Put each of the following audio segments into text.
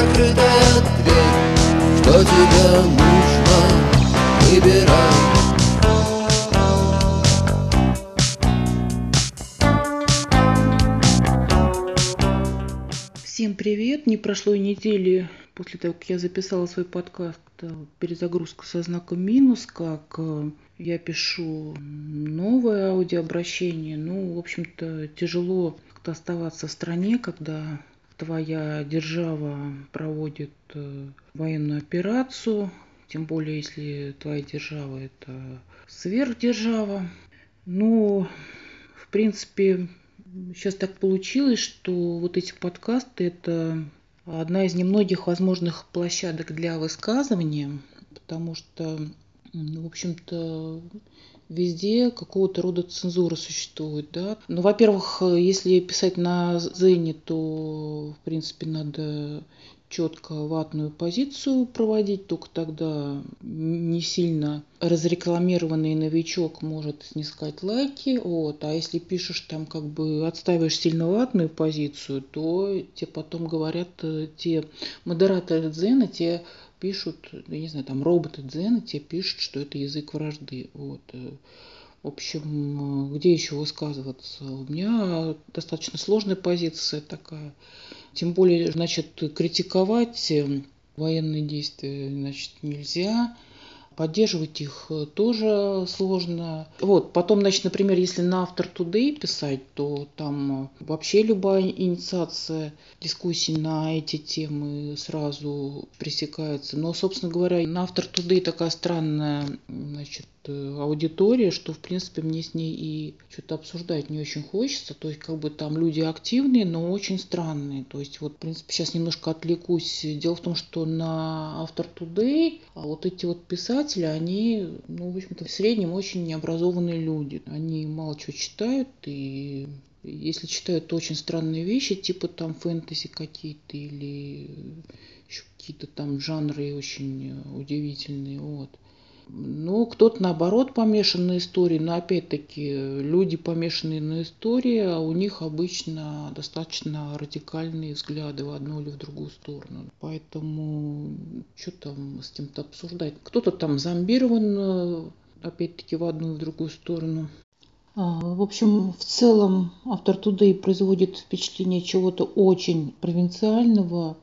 закрытая дверь. Что тебе нужно, выбирай. Всем привет! Не прошло и недели после того, как я записала свой подкаст «Перезагрузка со знаком минус», как я пишу новое аудиообращение. В общем-то, тяжело как-то оставаться в стране, когда твоя держава проводит военную операцию, тем более, если твоя держава – это сверхдержава. В принципе, сейчас так получилось, что вот эти подкасты – это одна из немногих возможных площадок для высказывания, потому что, в общем-то, везде какого-то рода цензура существует, да. Во-первых, если писать на Дзене, то, в принципе, надо четко ватную позицию проводить, только тогда не сильно разрекламированный новичок может снискать лайки. А если пишешь там, отстаиваешь сильно ватную позицию, то тебе потом говорят, те модераторы Дзена, те пишут, я не знаю, там роботы Дзена, те пишут, что это язык вражды. В общем, где еще высказываться? У меня достаточно сложная позиция такая. Тем более, критиковать военные действия, нельзя. Поддерживать их тоже сложно. Потом, например, если на Автор Today писать, то там вообще любая инициация дискуссий на эти темы сразу пресекается. Но, собственно говоря, на Автор Today такая странная, аудитория, что, в принципе, мне с ней и что-то обсуждать не очень хочется. То есть, там люди активные, но очень странные. То есть, в принципе, сейчас немножко отвлекусь. Дело в том, что на Автор Today эти писатели, они, в общем-то, в среднем очень необразованные люди. Они мало чего читают, и если читают, то очень странные вещи, типа там фэнтези какие-то или еще какие-то там жанры очень удивительные. Кто-то, наоборот, помешан на истории, но, опять-таки, люди, помешанные на истории, а у них обычно достаточно радикальные взгляды в одну или в другую сторону. Поэтому, что там с кем-то обсуждать? Кто-то там зомбирован, опять-таки, в одну и в другую сторону. В общем, в целом, Автор Today производит впечатление чего-то очень провинциального.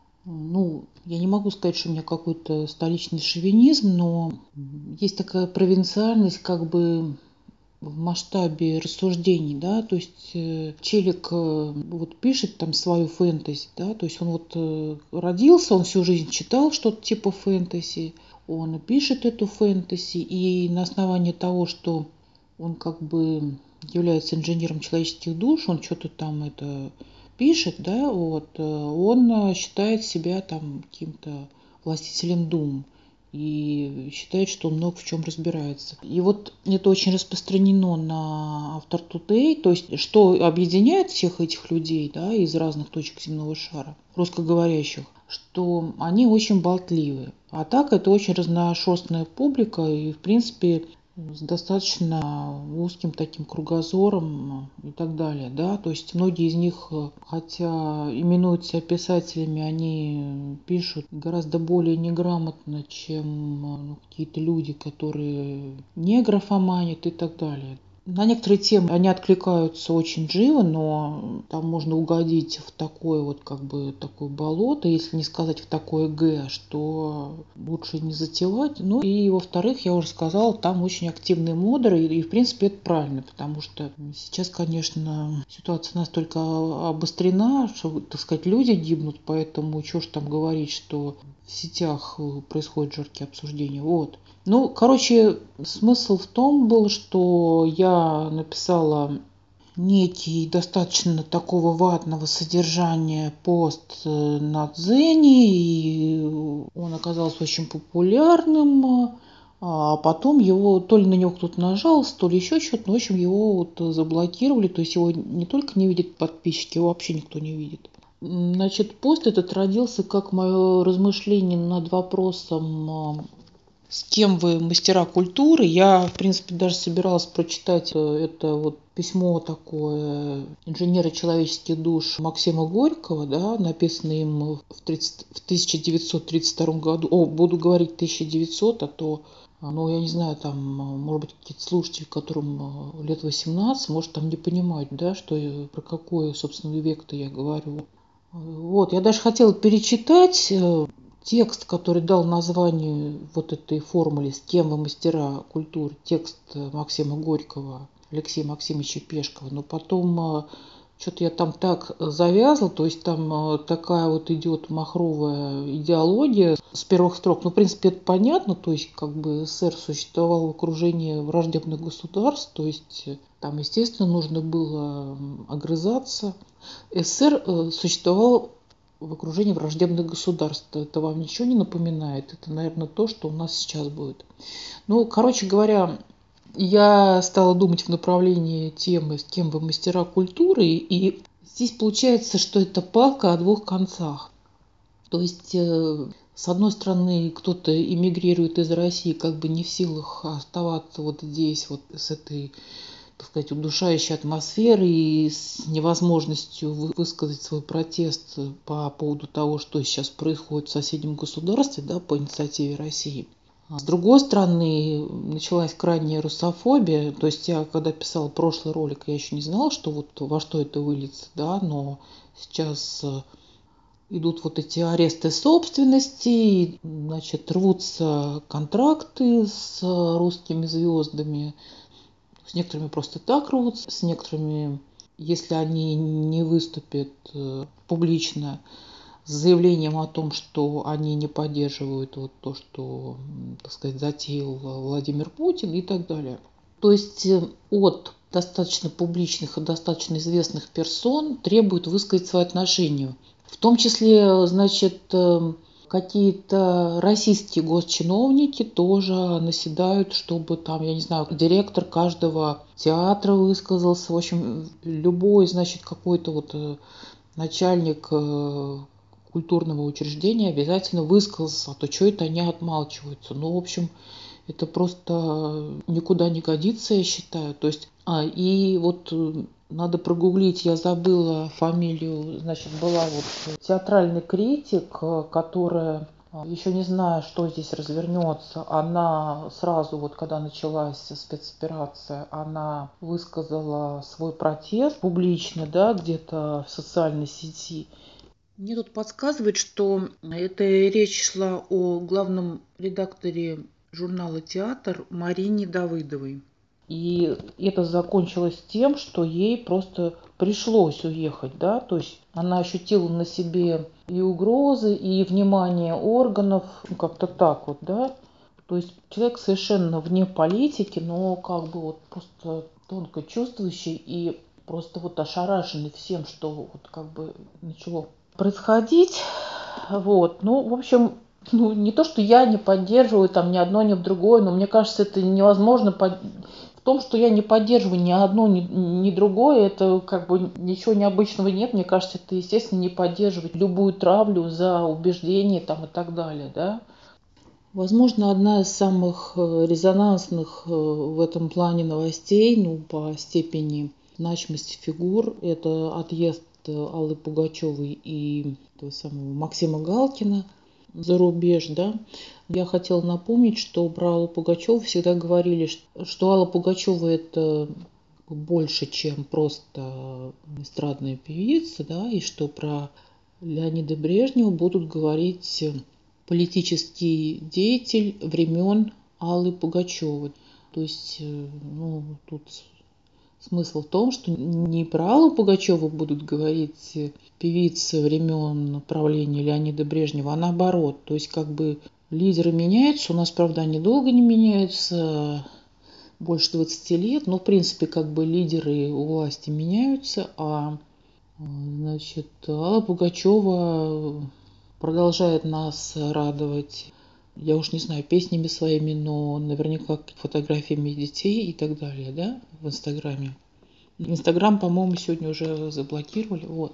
Я не могу сказать, что у меня какой-то столичный шовинизм, но есть такая провинциальность в масштабе рассуждений, да, то есть челик пишет там свою фэнтези, да, то есть он родился, он всю жизнь читал что-то типа фэнтези, он пишет эту фэнтези, и на основании того, что он является инженером человеческих душ, он что-то там это пишет, да, он считает себя там каким-то властителем дум и считает, что он много в чем разбирается. И это очень распространено на Автор Today, то есть что объединяет всех этих людей, да, из разных точек земного шара, русскоговорящих, что они очень болтливые. А так это очень разношерстная публика и, в принципе, с достаточно узким таким кругозором и так далее, да, то есть многие из них, хотя именуют себя писателями, они пишут гораздо более неграмотно, чем какие-то люди, которые не графоманят и так далее. На некоторые темы они откликаются очень живо, но там можно угодить в такое такое болото, если не сказать в такое что лучше не затевать. И во-вторых, я уже сказала, там очень активные модеры, и в принципе это правильно, потому что сейчас, конечно, ситуация настолько обострена, что, так сказать, люди гибнут, поэтому чего ж там говорить, что в сетях происходят жаркие обсуждения. Смысл в том был, что я написала некий достаточно такого ватного содержания пост на Дзене, и он оказался очень популярным, а потом его, то ли на него кто-то нажался, то ли еще что-то, но, в общем, его заблокировали, то есть его не только не видят подписчики, его вообще никто не видит. Пост этот родился как мое размышление над вопросом «С кем вы, мастера культуры». Я, в принципе, даже собиралась прочитать это вот письмо такое инженера человеческих душ Максима Горького, да, написанное им в 1932 году. Буду говорить 1900, а то, ну, я не знаю, там, может быть, какие-то слушатели, которым лет 18, может, там не понимают, да, про какой, собственно, век-то я говорю. Вот, я даже хотела перечитать текст, который дал название вот этой формуле «С кем вы, мастера культуры», текст Максима Горького, Алексея Максимовича Пешкова. Но потом что-то я там так завязла, то есть там такая вот идет махровая идеология с первых строк. Ну, в принципе, это понятно, то есть как бы СССР существовал в окружении враждебных государств, то есть там, естественно, нужно было огрызаться. СССР существовал в окружении враждебных государств. Это вам ничего не напоминает? Это, наверное, то, что у нас сейчас будет. Ну, короче говоря, я стала думать в направлении темы «С кем вы, мастера культуры», и здесь получается, что это палка о двух концах. То есть, с одной стороны, кто-то эмигрирует из России, как бы не в силах оставаться вот здесь, вот с этой, так сказать, удушающей атмосферы и с невозможностью высказать свой протест по поводу того, что сейчас происходит в соседнем государстве, да, по инициативе России. С другой стороны, началась крайняя русофобия. То есть я, когда писала прошлый ролик, я еще не знала, что вот во что это выльется, да, но сейчас идут вот эти аресты собственности, значит, рвутся контракты с русскими звездами. С некоторыми просто так рвутся, с некоторыми, если они не выступят публично с заявлением о том, что они не поддерживают вот то, что, так сказать, затеял Владимир Путин и так далее. То есть от достаточно публичных и достаточно известных персон требуют высказать свои отношения. В том числе, значит, какие-то российские госчиновники тоже наседают, чтобы там, я не знаю, директор каждого театра высказался. В общем, любой, значит, какой-то вот начальник культурного учреждения обязательно высказался, а то что это они отмалчиваются. Ну, в общем, это просто никуда не годится, я считаю. То есть, и вот надо прогуглить, я забыла фамилию, значит, была вот театральный критик, которая, еще не зная, что здесь развернется, она сразу, вот когда началась спецоперация, она высказала свой протест публично, да, где-то в социальной сети. Мне тут подсказывает, что это речь шла о главном редакторе журнала «Театр» Марине Давыдовой. И это закончилось тем, что ей просто пришлось уехать, да, то есть она ощутила на себе и угрозы, и внимание органов, ну, как-то так вот, да. То есть человек совершенно вне политики, но как бы вот просто тонко чувствующий и просто вот ошарашенный всем, что вот как бы начало происходить. Вот. Ну, в общем, ну, не то, что я не поддерживаю там ни одно, ни другое, но мне кажется, это невозможно. В том, что я не поддерживаю ни одно, ни другое, это как бы ничего необычного нет. Мне кажется, это, естественно, не поддерживать любую травлю за убеждения там и так далее, да. Возможно, одна из самых резонансных в этом плане новостей, ну, по степени значимости фигур, это отъезд Аллы Пугачевой и того самого Максима Галкина за рубеж, да. Я хотела напомнить, что про Аллу Пугачеву всегда говорили, что Алла Пугачева это больше, чем просто эстрадная певица, да, и что про Леонида Брежнева будут говорить политический деятель времен Аллы Пугачевой. То есть, ну, тут смысл в том, что не про Аллу Пугачеву будут говорить певицы времен правления Леонида Брежнева, а наоборот. То есть, как бы лидеры меняются, у нас, правда, они долго не меняются, больше 20 лет, но, в принципе, как бы лидеры у власти меняются, а, значит, Алла Пугачева продолжает нас радовать, я уж не знаю, песнями своими, но наверняка фотографиями детей и так далее, да, в Инстаграме. Инстаграм, по-моему, сегодня уже заблокировали, вот.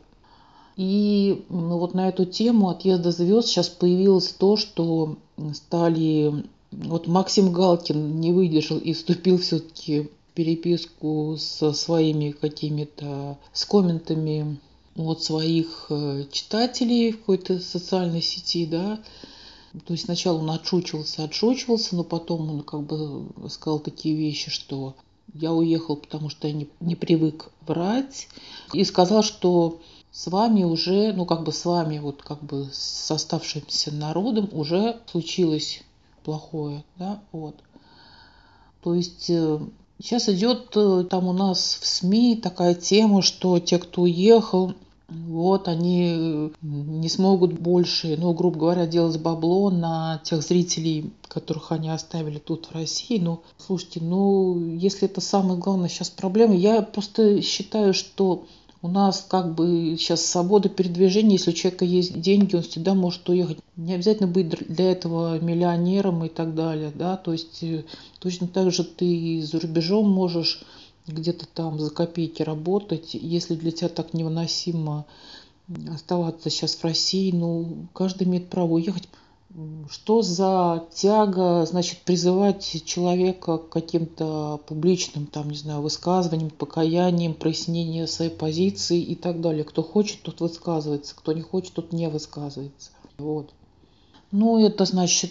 И ну, вот на эту тему отъезда звезд сейчас появилось то, что стали Вот Максим Галкин не выдержал и вступил все-таки в переписку со своими какими-то, с комментами от своих читателей в какой-то социальной сети, да. То есть сначала он отшучивался, но потом он как бы сказал такие вещи, что я уехал, потому что я не привык врать. И сказал, что с вами уже, ну как бы с вами, вот как бы с оставшимся народом уже случилось плохое, да, вот. То есть сейчас идет там у нас в СМИ такая тема, что те, кто уехал, вот они не смогут больше, ну, грубо говоря, делать бабло на тех зрителей, которых они оставили тут в России. Ну, слушайте, ну, если это самая главная сейчас проблема, я просто считаю, что у нас как бы сейчас свобода передвижения, если у человека есть деньги, он всегда может уехать. Не обязательно быть для этого миллионером и так далее, да, то есть точно так же ты за рубежом можешь где-то там за копейки работать, если для тебя так невыносимо оставаться сейчас в России, ну, каждый имеет право уехать. Что за тяга, значит, призывать человека к каким-то публичным, там, не знаю, высказываниям, покаяниям, прояснением своей позиции и так далее. Кто хочет, тот высказывается, кто не хочет, тот не высказывается. Вот. Ну, это, значит,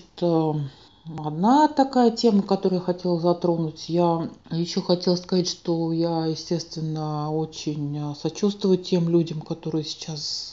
одна такая тема, которую я хотела затронуть. Я еще хотела сказать, что я, естественно, очень сочувствую тем людям, которые сейчас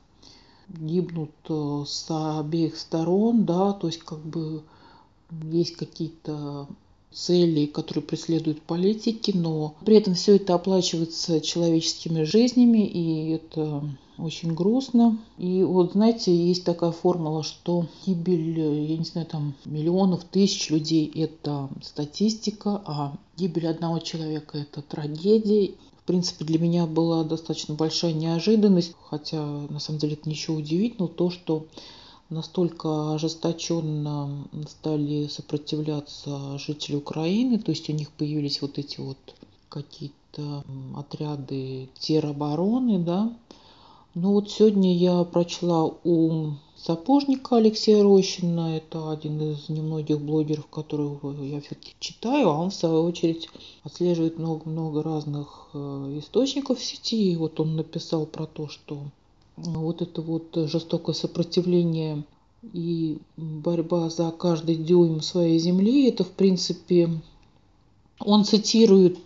гибнут с обеих сторон, да, то есть как бы есть какие-то цели, которые преследуют политики, но при этом все это оплачивается человеческими жизнями, и это очень грустно. И вот, знаете, есть такая формула, что гибель, я не знаю, там миллионов, тысяч людей – это статистика, а гибель одного человека – это трагедия. В принципе, для меня была достаточно большая неожиданность, хотя на самом деле это ничего удивительного, то, что настолько ожесточенно стали сопротивляться жители Украины, то есть у них появились вот эти вот какие-то отряды теробороны, да. Но вот сегодня я прочла у сапожника Алексея Рощина, это один из немногих блогеров, которых я все-таки читаю, а он в свою очередь отслеживает много-много разных источников в сети. И вот он написал про то, что вот это вот жестокое сопротивление и борьба за каждый дюйм своей земли, это в принципе, он цитирует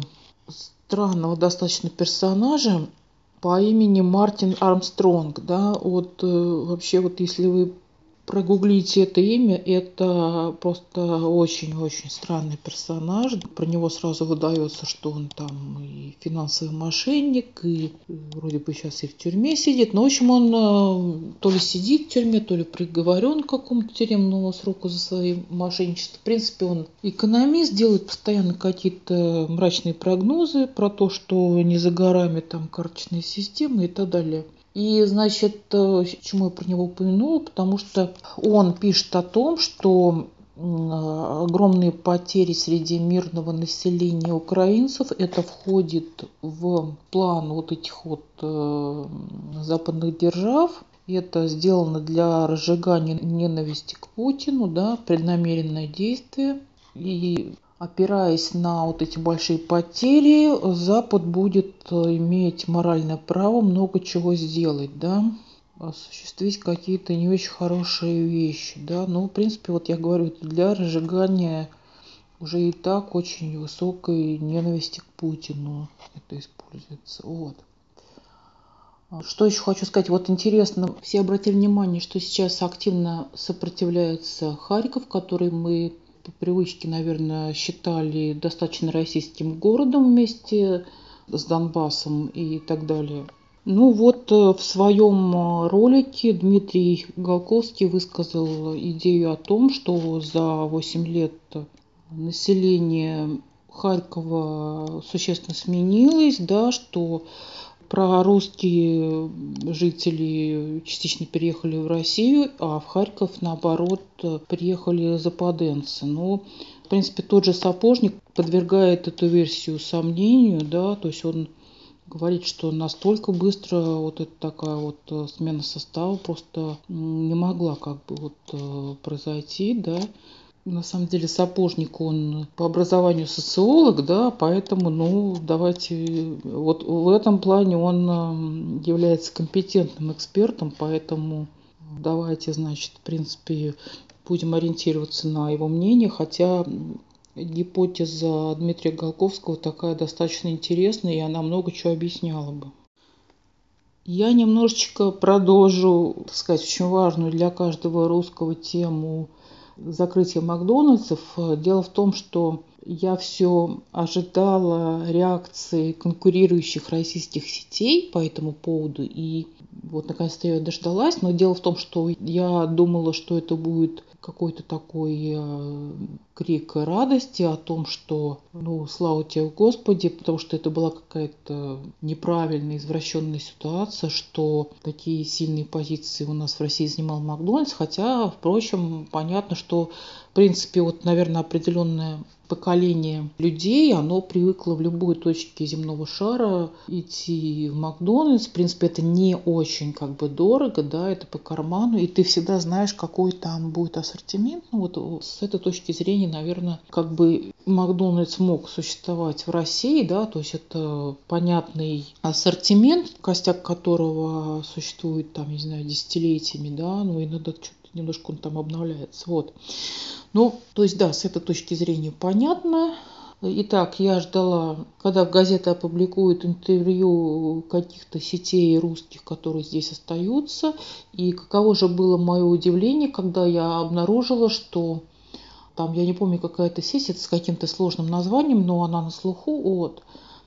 странного достаточно персонажа по имени Мартин Армстронг, да, вот вообще вот если вы прогуглите это имя, это просто очень-очень странный персонаж. Про него сразу выдается, что он там и финансовый мошенник, и вроде бы сейчас и в тюрьме сидит. Но, в общем, он то ли сидит в тюрьме, то ли приговорен к какому-то тюремному сроку за свои мошенничества. В принципе, он экономист, делает постоянно какие-то мрачные прогнозы про то, что не за горами там карточные системы и так далее. И, значит, почему я про него упомянула? Потому что он пишет о том, что огромные потери среди мирного населения украинцев, это входит в план вот этих вот западных держав. Это сделано для разжигания ненависти к Путину, да, преднамеренное действие. И опираясь на вот эти большие потери, Запад будет иметь моральное право много чего сделать, да, осуществить какие-то не очень хорошие вещи, да. Но, в принципе, вот я говорю, это для разжигания уже и так очень высокой ненависти к Путину это используется. Вот. Что еще хочу сказать? Вот интересно, все обратили внимание, что сейчас активно сопротивляется Харьков, который мы по привычке, наверное, считали достаточно российским городом вместе с Донбассом и так далее. Ну вот в своем ролике Дмитрий Голковский высказал идею о том, что за 8 лет население Харькова существенно сменилось, да, что прорусские жители частично переехали в Россию, а в Харьков, наоборот, приехали западенцы. Но, в принципе, тот же Сапожник подвергает эту версию сомнению, да, то есть он говорит, что настолько быстро вот эта такая вот смена состава просто не могла как бы вот произойти, да. на самом деле Сапожник, он по образованию социолог, да, поэтому, ну, давайте, вот в этом плане он является компетентным экспертом, поэтому давайте, значит, в принципе, будем ориентироваться на его мнение, хотя гипотеза Дмитрия Голковского такая достаточно интересная, и она много чего объясняла бы. Я немножечко продолжу, так сказать, очень важную для каждого русского тему закрытия Макдональдсов. Дело в том, что я все ожидала реакции конкурирующих российских сетей по этому поводу, и вот наконец-то я дождалась. Но дело в том, что я думала, что это будет какой-то такой крик радости о том, что, ну, слава тебе, Господи, потому что это была какая-то неправильная, извращенная ситуация, что такие сильные позиции у нас в России занимал Макдональдс, хотя, впрочем, понятно, что, в принципе, вот, наверное, определенное поколение людей, оно привыкло в любой точке земного шара идти в Макдональдс. В принципе, это не очень как бы дорого, да, это по карману, и ты всегда знаешь, какой там будет ассортимент. Ну, вот с этой точки зрения, наверное, как бы Макдональдс мог существовать в России, да, то есть это понятный ассортимент, костяк которого существует там, не знаю, десятилетиями, да, но иногда что-то немножко он там обновляется, вот. Ну, то есть, да, с этой точки зрения понятно. Итак, я ждала, когда газета опубликует интервью каких-то сетей русских, которые здесь остаются. И каково же было мое удивление, когда я обнаружила, что там, я не помню, какая-то сеть, это с каким-то сложным названием, но она на слуху. Вот.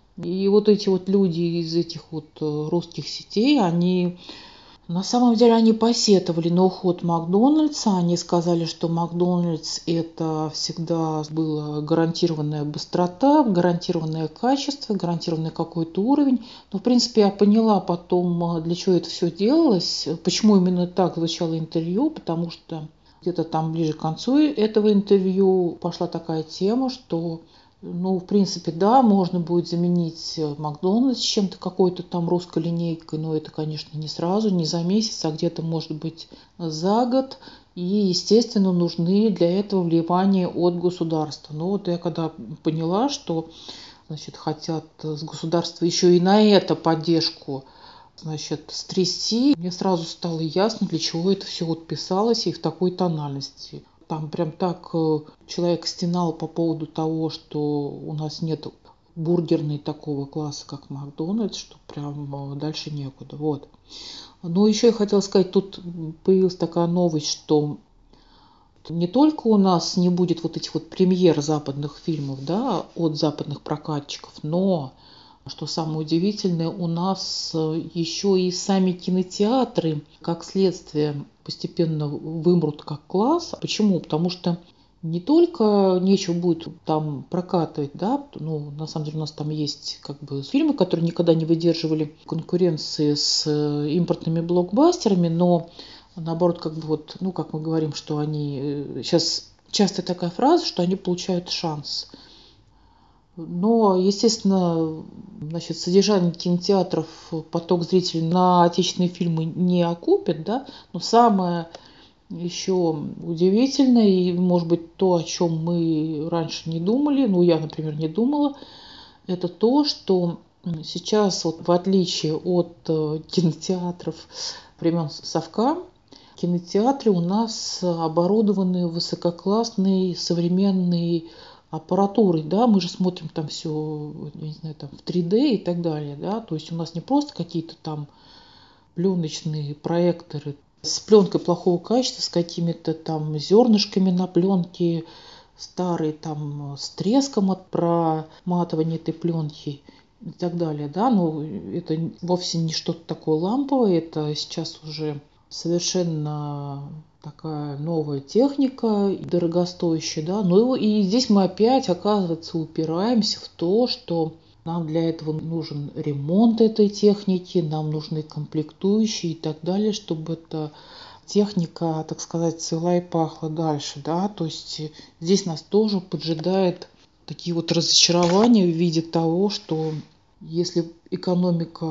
И вот эти вот люди из этих вот русских сетей, они на самом деле они посетовали на уход Макдональдса. Они сказали, что Макдональдс это всегда была гарантированная быстрота, гарантированное качество, гарантированный какой-то уровень. Но, в принципе, я поняла потом, для чего это все делалось, почему именно так звучало интервью, потому что где-то там ближе к концу этого интервью пошла такая тема, что, ну, в принципе, да, можно будет заменить Макдональдс чем-то, какой-то там русской линейкой, но это, конечно, не сразу, не за месяц, а где-то, может быть, за год. И, естественно, нужны для этого вливания от государства. Но вот я когда поняла, что, значит, хотят с государства еще и на это поддержку, значит, стрясти, мне сразу стало ясно, для чего это все вот писалось и в такой тональности. Там прям так человек стенал по поводу того, что у нас нет бургерной такого класса, как Макдональдс, что прям дальше некуда. Вот. Но еще я хотела сказать, тут появилась такая новость, что не только у нас не будет вот этих вот премьер западных фильмов, да, от западных прокатчиков, но, что самое удивительное, у нас еще и сами кинотеатры, как следствие, постепенно вымрут как класс. Почему? Потому что не только нечего будет там прокатывать, да, ну, на самом деле у нас там есть как бы фильмы, которые никогда не выдерживали конкуренции с импортными блокбастерами, но наоборот, как бы вот, ну, как мы говорим, что они, сейчас часто такая фраза, что они получают шанс. Но, естественно, значит, содержание кинотеатров, поток зрителей на отечественные фильмы не окупит, да, но самое еще удивительное, и, может быть, то, о чем мы раньше не думали, ну, я, например, не думала, это то, что сейчас, вот, в отличие от кинотеатров времен Совка, кинотеатры у нас оборудованы высококлассной современной аппаратурой, да, мы же смотрим там все, я не знаю, там в 3D и так далее, да, то есть у нас не просто какие-то там пленочные проекторы с пленкой плохого качества, с какими-то там зернышками на пленке, старые там с треском от проматывания этой пленки и так далее, да, но это вовсе не что-то такое ламповое, это сейчас уже совершенно такая новая техника, дорогостоящая, да, но и здесь мы опять, оказывается, упираемся в то, что нам для этого нужен ремонт этой техники, нам нужны комплектующие и так далее, чтобы эта техника, так сказать, цвела и пахла дальше, да, то есть здесь нас тоже поджидает такие вот разочарования в виде того, что если экономика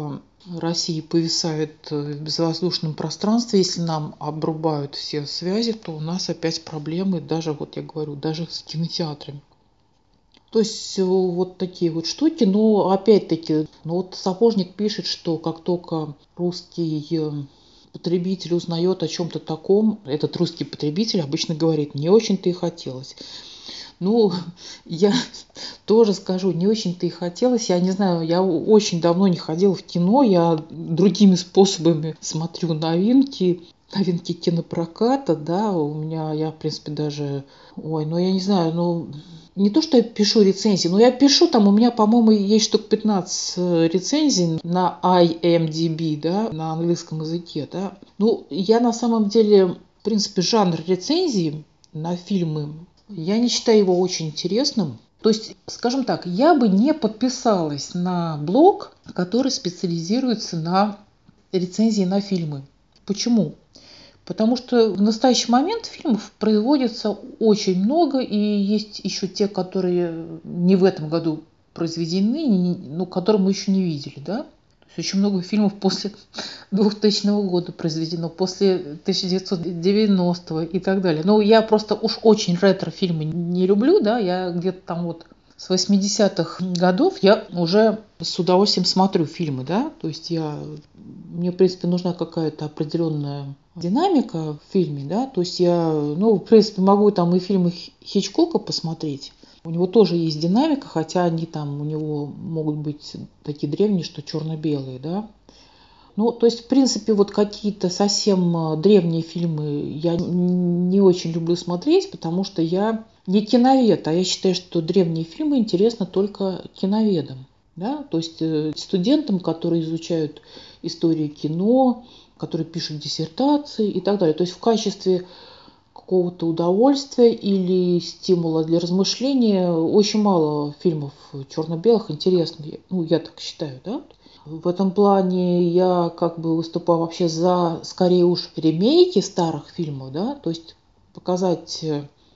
России повисает в безвоздушном пространстве. Если нам обрубают все связи, то у нас опять проблемы, даже, вот я говорю, даже с кинотеатрами. То есть вот такие вот штуки, но опять-таки, ну вот Сапожник пишет, что как только русский потребитель узнает о чем-то таком, этот русский потребитель обычно говорит, не очень-то и хотелось. Ну, я тоже скажу, не очень-то и хотелось. Я не знаю, я очень давно не ходила в кино, я другими способами смотрю новинки кинопроката, да, я, в принципе, даже, ну, я не знаю, ну, не то, что я пишу рецензии, но я пишу там, у меня, по-моему, есть штук 15 рецензий на IMDb, да, на английском языке, да. Ну, я на самом деле, в принципе, жанр рецензий на фильмы, я не считаю его очень интересным. То есть, скажем так, я бы не подписалась на блог, который специализируется на рецензии на фильмы. Почему? Потому что в настоящий момент фильмов производится очень много, и есть еще те, которые не в этом году произведены, но которые мы еще не видели, да? То есть очень много фильмов после 2000 года произведено, после 1990 и так далее. Но я просто уж очень ретро-фильмы не люблю, да, я где-то там вот с 80-х годов я уже с удовольствием смотрю фильмы, да, то есть мне, в принципе, нужна какая-то определенная динамика в фильме, да, то есть в принципе, могу там и фильмы Хичкока посмотреть, у него тоже есть динамика, хотя они там у него могут быть такие древние, что черно-белые, да. Ну, то есть, в принципе, вот какие-то совсем древние фильмы я не очень люблю смотреть, потому что я не киновед, а я считаю, что древние фильмы интересны только киноведам. Да? То есть студентам, которые изучают историю кино, которые пишут диссертации и так далее. То есть в качестве какого-то удовольствия или стимула для размышления очень мало фильмов черно-белых интересных. Ну, я так считаю, да? В этом плане я как бы выступаю вообще за, скорее уж, ремейки старых фильмов, да, то есть показать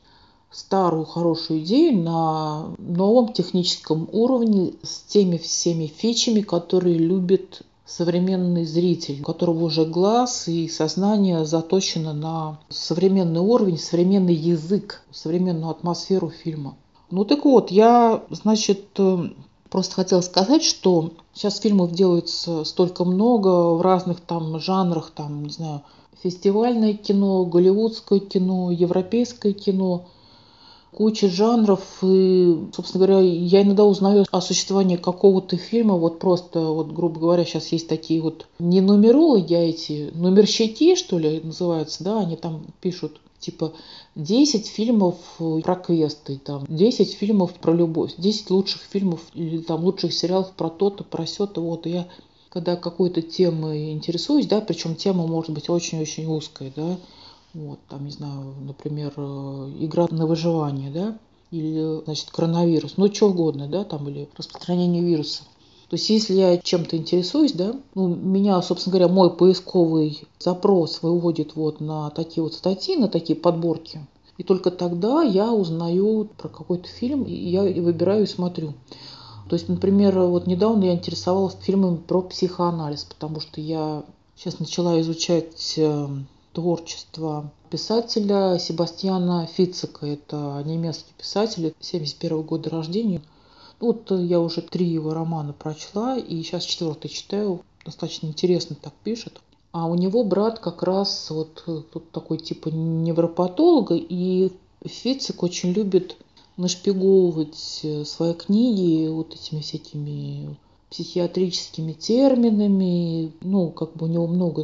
старую хорошую идею на новом техническом уровне с теми всеми фичами, которые любит современный зритель, у которого уже глаз и сознание заточено на современный уровень, современный язык, современную атмосферу фильма. Ну так вот, я, значит, просто хотела сказать, что сейчас фильмов делается столько много в разных там жанрах, там, не знаю, фестивальное кино, голливудское кино, европейское кино, куча жанров. И, собственно говоря, я иногда узнаю о существовании какого-то фильма, вот просто, вот, грубо говоря, сейчас есть такие вот не нумерологи, а эти номерщики, что ли, называются, да, они там пишут типа 10 фильмов про квесты, там, 10 фильмов про любовь, 10 лучших фильмов или там лучших сериалов про то-то, про сё-то. Вот и я когда какой-то темой интересуюсь, да, причем тема может быть очень-очень узкая, да, вот, там, не знаю, например, игра на выживание, да, или, значит, коронавирус, ну, что угодно, да, там, или распространение вируса. То есть, если я чем-то интересуюсь, да, меня, собственно говоря, мой поисковый запрос выводит вот на такие вот статьи, на такие подборки. И только тогда я узнаю про какой-то фильм, и я выбираю и смотрю. То есть, например, вот недавно я интересовалась фильмами про психоанализ, потому что я сейчас начала изучать творчество писателя Себастьяна Фицека. Это немецкий писатель, 71 года рождения. Вот я уже 3 его романа прочла, и сейчас 4-й читаю. Достаточно интересно так пишет. А у него брат как раз вот тут такой типа невропатолога, и Фицек очень любит нашпиговывать свои книги вот этими всякими психиатрическими терминами. Ну, как бы у него много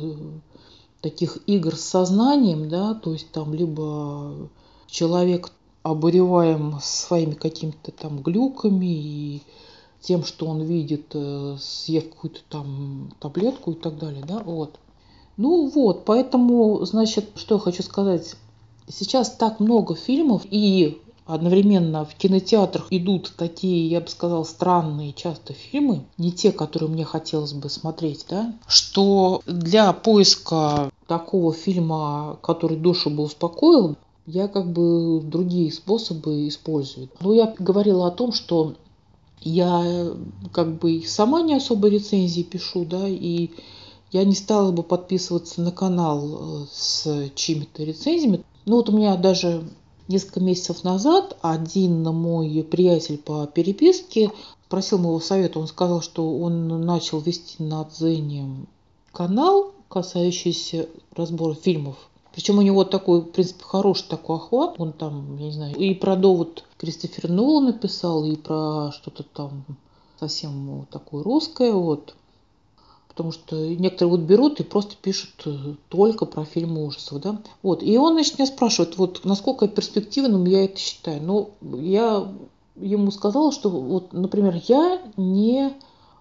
таких игр с сознанием, да, то есть там либо человек обуреваем своими какими-то там глюками и тем, что он видит, съев какую-то там таблетку и так далее, да, вот. Ну вот, поэтому, значит, что я хочу сказать. Сейчас так много фильмов, и одновременно в кинотеатрах идут такие, я бы сказала, странные часто фильмы, не те, которые мне хотелось бы смотреть, да, что для поиска такого фильма, который душу бы успокоил, я как бы другие способы использую. Но я говорила о том, что я как бы и сама не особо рецензии пишу, да, и я не стала бы подписываться на канал с чьими-то рецензиями. Ну вот у меня даже несколько месяцев назад один мой приятель по переписке просил моего совета. Он сказал, что он начал вести на Дзене канал, касающийся разбора фильмов. Причем у него такой, в принципе, хороший такой охват. Он там, я не знаю, и про довод Кристофера Нолана написал, и про что-то там совсем такое русское. Вот. Потому что некоторые вот берут и просто пишут только про фильмы ужасов, да. Вот. И он, значит, меня спрашивает, вот насколько перспективным я это считаю. Ну, я ему сказала, что вот, например, я не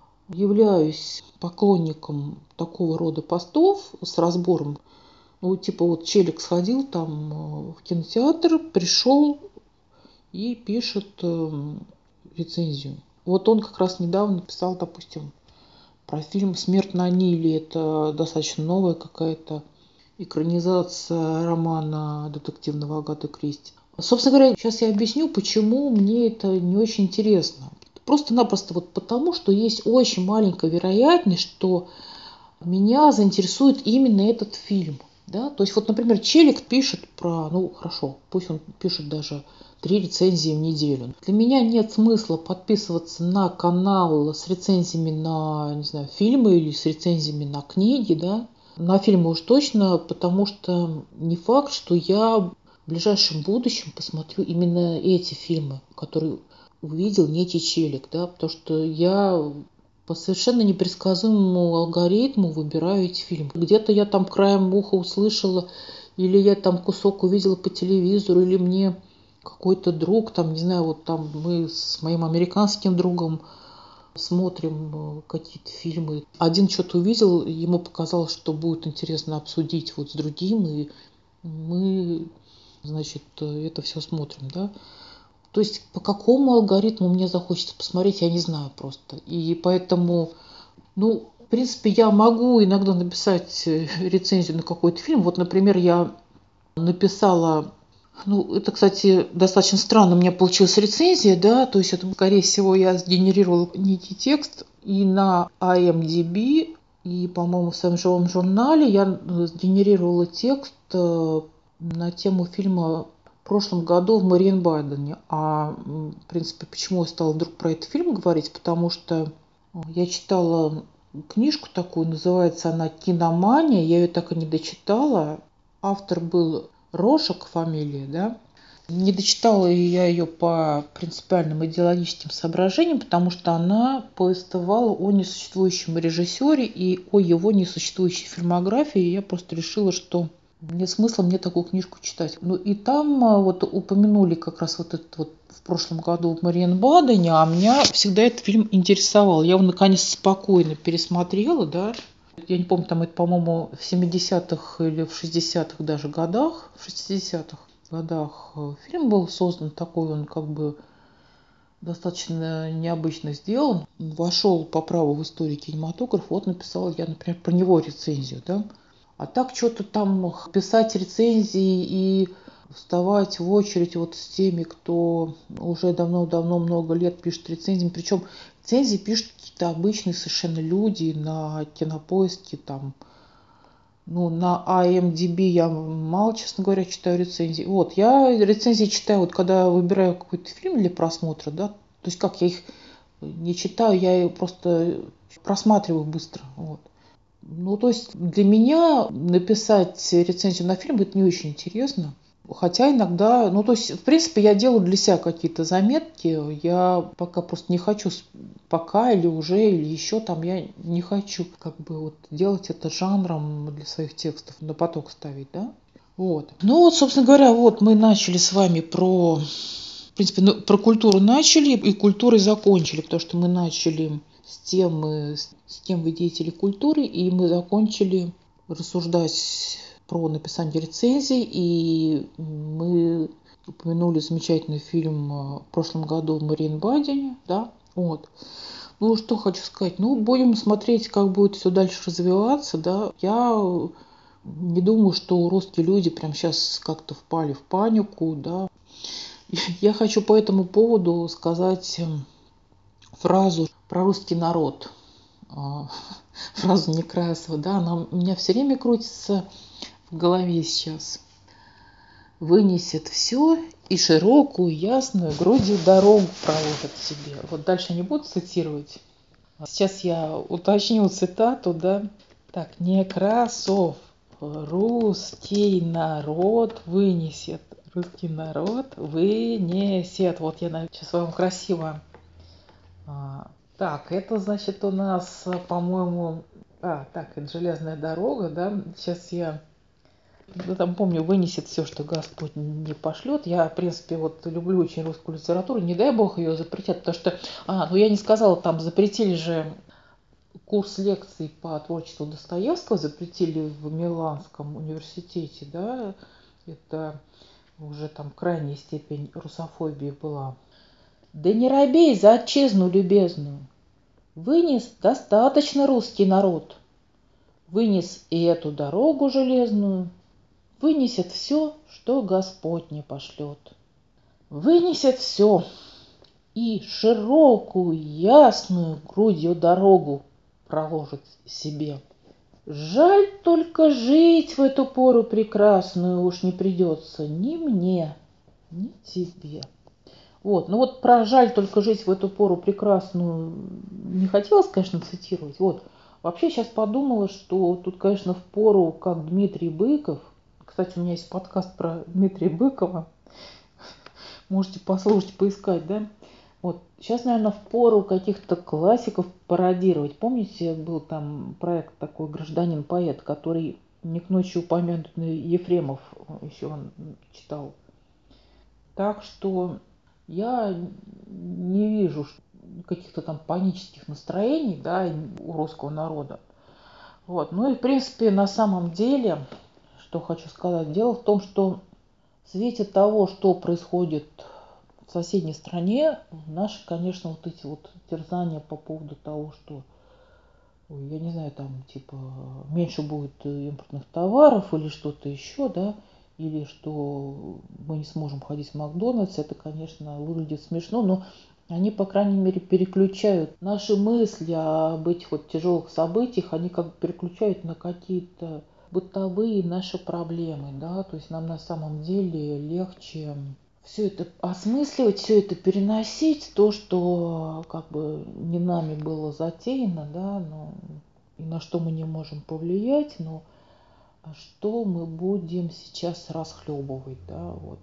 являюсь поклонником такого рода постов с разбором. Ну, типа вот челик сходил там в кинотеатр, пришел и пишет рецензию. Вот он как раз недавно писал, допустим, про фильм «Смерть на Ниле». Это достаточно новая какая-то экранизация романа детективного Агаты Кристи. Собственно говоря, сейчас я объясню, почему мне это не очень интересно. Просто-напросто вот потому, что есть очень маленькая вероятность, что меня заинтересует именно этот фильм. Да? То есть вот, например, челик пишет про, ну хорошо, пусть он пишет даже 3 рецензии в неделю. Для меня нет смысла подписываться на канал с рецензиями на, не знаю, фильмы или с рецензиями на книги, да. На фильмы уж точно, потому что не факт, что я в ближайшем будущем посмотрю именно эти фильмы, которые увидел некий челик, да, потому что я по совершенно непредсказуемому алгоритму выбираю эти фильмы. Где-то я там краем уха услышала, или я там кусок увидела по телевизору, или мне какой-то друг, там, не знаю, вот там мы с моим американским другом смотрим какие-то фильмы. Один что-то увидел, ему показалось, что будет интересно обсудить вот с другим, и мы, значит, это все смотрим, да. То есть по какому алгоритму мне захочется посмотреть, я не знаю просто. И поэтому, ну, в принципе, я могу иногда написать рецензию на какой-то фильм. Вот, например, я написала, ну, это, кстати, достаточно странно, у меня получилась рецензия, да, то есть это, скорее всего, я сгенерировала некий текст и на IMDb, и, по-моему, в своем живом журнале я сгенерировала текст на тему фильма в прошлом году в Мариенбадене. В принципе, почему я стала вдруг про этот фильм говорить? Потому что я читала книжку такую, называется она «Киномания», я ее так и не дочитала. Автор был Рошек, фамилия, да. Не дочитала я ее по принципиальным идеологическим соображениям, потому что она повествовала о несуществующем режиссере и о его несуществующей фильмографии. И я просто решила, что нет смысла мне такую книжку читать. Ну и там вот упомянули как раз вот этот вот в прошлом году в Мариенбадене, а меня всегда этот фильм интересовал. Я его наконец спокойно пересмотрела, да. Я не помню, там это, по-моему, в 70-х или в 60-х даже годах, в 60-х годах фильм был создан такой, он как бы достаточно необычно сделан. Вошел по праву в историю кинематографа. Вот написала я, например, про него рецензию, да. А так что-то там писать рецензии и вставать в очередь вот с теми, кто уже давно-давно много лет пишет рецензии. Причем рецензии пишут какие-то обычные совершенно люди на Кинопоиске, там, ну, на IMDb я мало, честно говоря, читаю рецензии. Вот, я рецензии читаю, вот когда выбираю какой-то фильм для просмотра, да, то есть как я их не читаю, я их просто просматриваю быстро, вот. Ну, то есть для меня написать рецензию на фильм это не очень интересно. Хотя иногда, ну, то есть, в принципе, я делаю для себя какие-то заметки. Я пока просто не хочу, пока или уже, или еще там, я не хочу как бы вот делать это жанром для своих текстов, на поток ставить, да. Вот. Ну, вот, собственно говоря, вот мы начали с вами в принципе, ну, про культуру начали и культурой закончили, потому что мы начали с кем вы деятели культуры, и мы закончили рассуждать про написание рецензий, и мы упомянули замечательный фильм в прошлом году в Мариенбадене, да, вот. Ну, что хочу сказать, ну, будем смотреть, как будет все дальше развиваться, да. Я не думаю, что русские люди прямо сейчас как-то впали в панику, да. Я хочу по этому поводу сказать фразу про русский народ, фразу Некрасова, да, она у меня все время крутится в голове сейчас. Вынесет все и широкую, ясную грудью дорогу проложит себе. Вот дальше не буду цитировать. Сейчас я уточню цитату, да. Так, Некрасов. Русский народ вынесет. Русский народ вынесет. Вот я сейчас вам красиво. Так, это значит у нас, по-моему... так, это железная дорога, да. Сейчас я там помню, вынесет все, что Господь не пошлет. Я, в принципе, вот люблю очень русскую литературу. Не дай бог ее запретят, потому что... ну я не сказала, там запретили же курс лекций по творчеству Достоевского, запретили в Миланском университете, да. Это уже там крайняя степень русофобии была. Да не робей за отчизну любезную. Вынес достаточно русский народ. Вынес и эту дорогу железную. Вынесет все, что Господь не пошлет. Вынесет все и широкую, ясную грудью дорогу проложит себе. Жаль только жить в эту пору прекрасную уж не придется ни мне, ни тебе. Вот, ну вот про жаль только жить в эту пору прекрасную не хотелось, конечно, цитировать. Вот, вообще сейчас подумала, что тут, конечно, в пору, как Дмитрий Быков. Кстати, у меня есть подкаст про Дмитрия Быкова. Можете послушать, поискать, да? Вот. Сейчас, наверное, впору каких-то классиков пародировать. Помните, был там проект такой «Гражданин-поэт», который не к ночи упомянутый Ефремов еще он читал. Так что я не вижу каких-то там панических настроений, да, у русского народа. Вот. Ну и, в принципе, на самом деле, что хочу сказать, дело в том, что в свете того, что происходит в соседней стране, наши, конечно, вот эти вот терзания по поводу того, что, я не знаю, там, типа, меньше будет импортных товаров или что-то еще, да, или что мы не сможем ходить в Макдональдс, это, конечно, выглядит смешно, но они, по крайней мере, переключают наши мысли об этих вот тяжелых событиях, они как бы переключают на какие-то бытовые наши проблемы, да, то есть нам на самом деле легче все это осмысливать, все это переносить, то, что как бы не нами было затеяно, да, но и на что мы не можем повлиять, но что мы будем сейчас расхлебывать, да, вот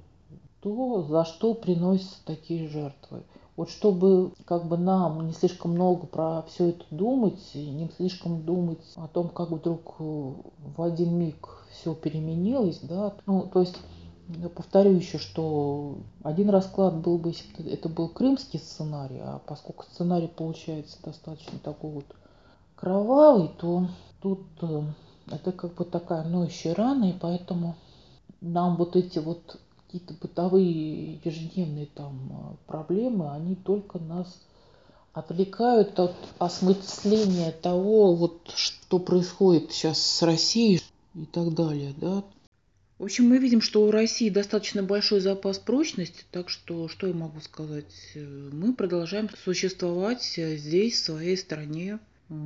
то, за что приносятся такие жертвы. Вот чтобы как бы нам не слишком много про все это думать, и не слишком думать о том, как вдруг в один миг все переменилось, да, ну, то есть я повторю еще, что один расклад был бы, если бы это был крымский сценарий, а поскольку сценарий получается достаточно такой вот кровавый, то тут это как бы такая ноющая рана, и поэтому нам вот эти вот какие-то бытовые ежедневные там проблемы, они только нас отвлекают от осмысления того, вот, что происходит сейчас с Россией и так далее, да. В общем, мы видим, что у России достаточно большой запас прочности, так что я могу сказать? Мы продолжаем существовать здесь, в своей стране.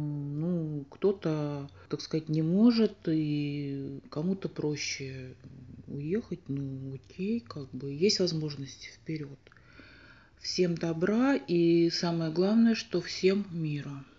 Ну, кто-то, так сказать, не может, и кому-то проще уехать, ну, окей, как бы есть возможность вперед. Всем добра и самое главное, что всем мира.